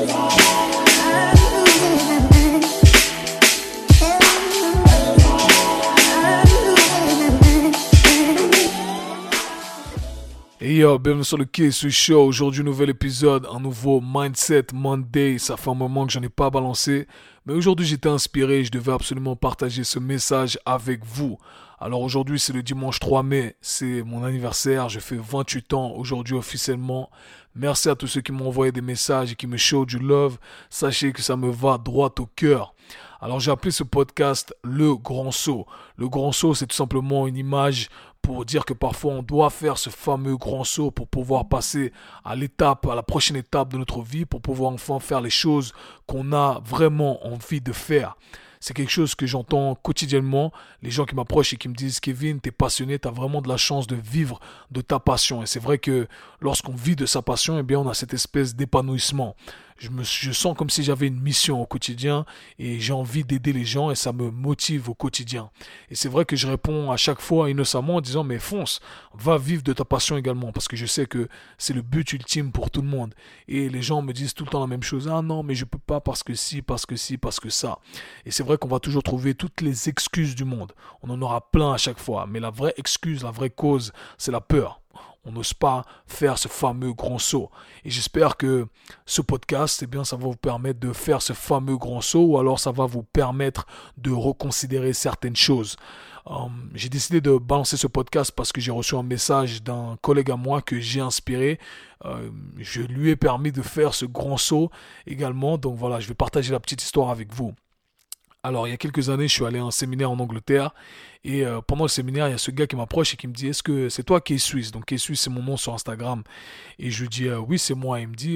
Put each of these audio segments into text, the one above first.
Et yo, bienvenue sur le K-Swiss Show. Aujourd'hui, nouvel épisode, un nouveau Mindset Monday. Ça fait un moment que j'en ai pas balancé. Mais aujourd'hui, j'étais inspiré. Je devais absolument partager ce message avec vous. Alors aujourd'hui, c'est le dimanche 3 mai. C'est mon anniversaire. Je fais 28 ans aujourd'hui officiellement. Merci à tous ceux qui m'ont envoyé des messages et qui me show du love. Sachez que ça me va droit au cœur. Alors j'ai appelé ce podcast Le Grand Saut. Le Grand Saut, c'est tout simplement une image pour dire que parfois on doit faire ce fameux grand saut pour pouvoir passer à la prochaine étape de notre vie, pour pouvoir enfin faire les choses qu'on a vraiment envie de faire. C'est quelque chose que j'entends quotidiennement, les gens qui m'approchent et qui me disent « Kevin, t'es passionné, t'as vraiment de la chance de vivre de ta passion ». Et c'est vrai que lorsqu'on vit de sa passion, eh bien, on a cette espèce d'épanouissement. Je sens comme si j'avais une mission au quotidien et j'ai envie d'aider les gens et ça me motive au quotidien. Et c'est vrai que je réponds à chaque fois innocemment en disant mais fonce, va vivre de ta passion également parce que je sais que c'est le but ultime pour tout le monde. Et les gens me disent tout le temps la même chose, ah non mais je peux pas parce que ci, parce que ci, parce que ça. Et c'est vrai qu'on va toujours trouver toutes les excuses du monde. On en aura plein à chaque fois, mais la vraie excuse, la vraie cause, c'est la peur. On n'ose pas faire ce fameux grand saut. Et j'espère que ce podcast, eh bien, ça va vous permettre de faire ce fameux grand saut ou alors ça va vous permettre de reconsidérer certaines choses. J'ai décidé de balancer ce podcast parce que j'ai reçu un message d'un collègue à moi que j'ai inspiré. Je lui ai permis de faire ce grand saut également. Donc voilà, je vais partager la petite histoire avec vous. Alors, il y a quelques années, je suis allé à un séminaire en Angleterre et pendant le séminaire, il y a ce gars qui m'approche et qui me dit « Est-ce que c'est toi K-Swiss ?» Donc K-Swiss, c'est mon nom sur Instagram. Et je lui dis Oui, c'est moi ». Il me dit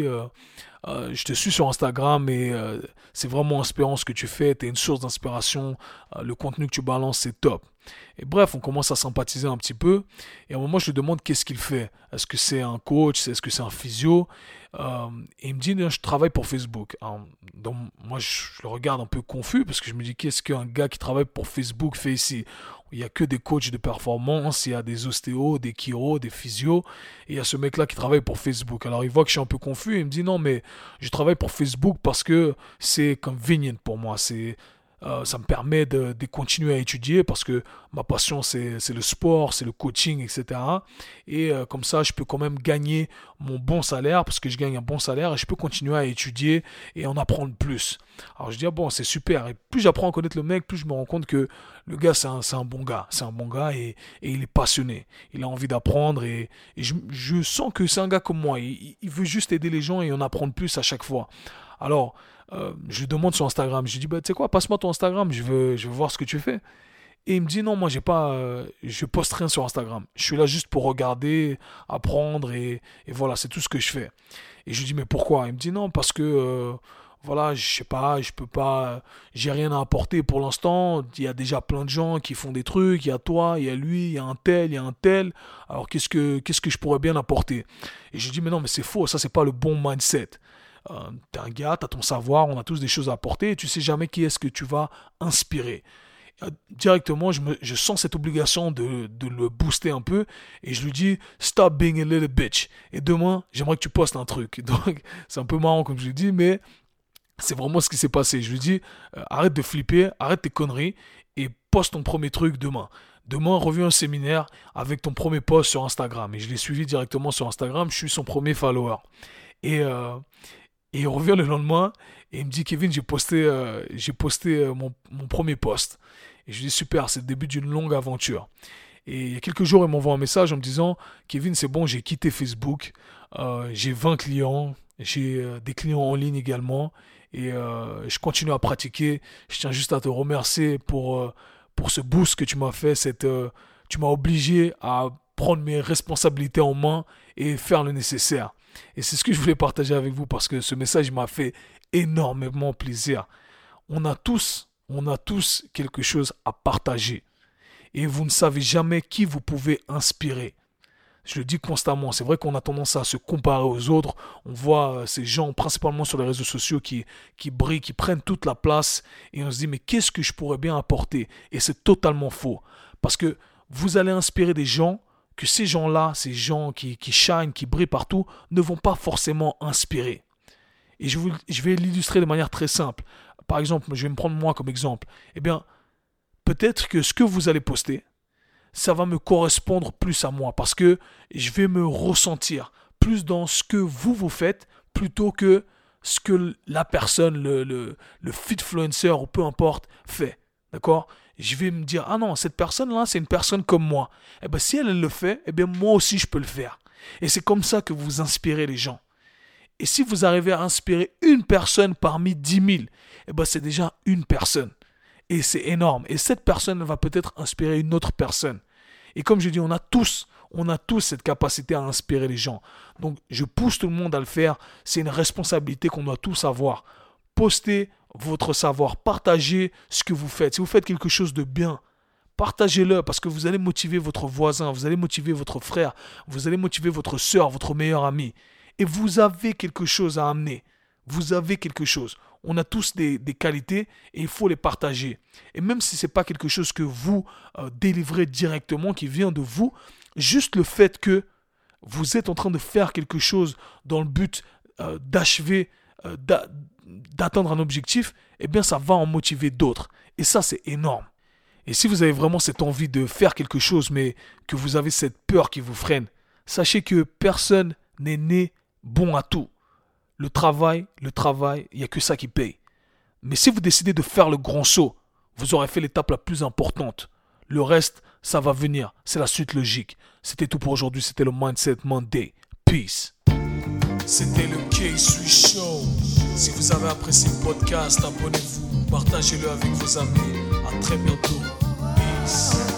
Je te suis sur Instagram et c'est vraiment inspirant ce que tu fais. Tu es une source d'inspiration. Le contenu que tu balances, c'est top. » Et bref, on commence à sympathiser un petit peu. Et à un moment, je lui demande qu'est-ce qu'il fait. Est-ce que c'est un coach? Est-ce que c'est un physio? Et il me dit, non, je travaille pour Facebook. Alors, donc, moi, je le regarde un peu confus parce que je me dis, qu'est-ce qu'un gars qui travaille pour Facebook fait ici? Il n'y a que des coachs de performance, il y a des ostéos, des chiro, des physios. Et il y a ce mec-là qui travaille pour Facebook. Alors, il voit que je suis un peu confus et il me dit, non, mais je travaille pour Facebook parce que c'est convenient pour moi. Ça me permet de continuer à étudier parce que ma passion c'est le sport, c'est le coaching, etc. Et comme ça, je peux quand même gagner mon bon salaire parce que je gagne un bon salaire et je peux continuer à étudier et en apprendre plus. Alors je dis, ah bon, c'est super. Et plus j'apprends à connaître le mec, plus je me rends compte que le gars, c'est un bon gars. C'est un bon gars et il est passionné. Il a envie d'apprendre et je sens que c'est un gars comme moi. Il veut juste aider les gens et en apprendre plus à chaque fois. Alors, je lui demande sur Instagram, je lui dis, bah, tu sais quoi, passe-moi ton Instagram, je veux voir ce que tu fais. Et il me dit, non, moi, je poste rien sur Instagram. Je suis là juste pour regarder, apprendre et voilà, c'est tout ce que je fais. Et je lui dis, mais pourquoi? Il me dit, non, parce que, voilà, je sais pas, je peux pas, j'ai rien à apporter pour l'instant. Il y a déjà plein de gens qui font des trucs, il y a toi, il y a lui, il y a un tel, il y a un tel. Alors, qu'est-ce que je pourrais bien apporter? Et je lui dis, mais non, mais c'est faux, ça, c'est pas le bon mindset. T'es un gars, t'as ton savoir, on a tous des choses à apporter et tu sais jamais qui est-ce que tu vas inspirer. Directement, je sens cette obligation de le booster un peu et je lui dis stop being a little bitch. Et demain, j'aimerais que tu postes un truc. Donc, c'est un peu marrant comme je lui dis, mais c'est vraiment ce qui s'est passé. Je lui dis arrête de flipper, arrête tes conneries et poste ton premier truc demain. Demain, reviens au séminaire avec ton premier post sur Instagram. Et je l'ai suivi directement sur Instagram, je suis son premier follower. Et il revient le lendemain et il me dit Kevin, j'ai posté mon premier post. Et je lui dis super, c'est le début d'une longue aventure. Et il y a quelques jours, il m'envoie un message en me disant Kevin, c'est bon, j'ai quitté Facebook, j'ai 20 clients, j'ai des clients en ligne également et je continue à pratiquer. Je tiens juste à te remercier pour ce boost que tu m'as fait. Tu m'as obligé à prendre mes responsabilités en main et faire le nécessaire. Et c'est ce que je voulais partager avec vous parce que ce message m'a fait énormément plaisir. On a tous quelque chose à partager. Et vous ne savez jamais qui vous pouvez inspirer. Je le dis constamment, c'est vrai qu'on a tendance à se comparer aux autres. On voit ces gens, principalement sur les réseaux sociaux, qui brillent, qui prennent toute la place. Et on se dit, mais qu'est-ce que je pourrais bien apporter? Et c'est totalement faux. Parce que vous allez inspirer des gens que ces gens-là, ces gens qui shine, qui brillent partout, ne vont pas forcément inspirer. Et je vais l'illustrer de manière très simple. Par exemple, je vais me prendre moi comme exemple. Eh bien, peut-être que ce que vous allez poster, ça va me correspondre plus à moi parce que je vais me ressentir plus dans ce que vous faites plutôt que ce que la personne, le fitfluencer ou peu importe, fait. D'accord? Je vais me dire, ah non, cette personne-là, c'est une personne comme moi. Eh bien, si elle le fait, eh bien, moi aussi, je peux le faire. Et c'est comme ça que vous inspirez les gens. Et si vous arrivez à inspirer une personne parmi 10 000, eh ben c'est déjà une personne. Et c'est énorme. Et cette personne va peut-être inspirer une autre personne. Et comme je dis, on a tous cette capacité à inspirer les gens. Donc, je pousse tout le monde à le faire. C'est une responsabilité qu'on doit tous avoir. Postez votre savoir. Partagez ce que vous faites. Si vous faites quelque chose de bien, partagez-le parce que vous allez motiver votre voisin, vous allez motiver votre frère, vous allez motiver votre soeur, votre meilleur ami. Et vous avez quelque chose à amener. Vous avez quelque chose. On a tous des qualités et il faut les partager. Et même si ce n'est pas quelque chose que vous délivrez directement, qui vient de vous, juste le fait que vous êtes en train de faire quelque chose dans le but d'achever, d'atteindre un objectif, eh bien ça va en motiver d'autres. Et ça, c'est énorme. Et si vous avez vraiment cette envie de faire quelque chose, mais que vous avez cette peur qui vous freine, sachez que personne n'est né bon à tout. Le travail, il n'y a que ça qui paye. Mais si vous décidez de faire le grand saut, vous aurez fait l'étape la plus importante. Le reste, ça va venir. C'est la suite logique. C'était tout pour aujourd'hui. C'était le Mindset Monday. Peace. C'était le K-Sui Show. Si vous avez apprécié le podcast, abonnez-vous. Partagez-le avec vos amis. À très bientôt. Peace.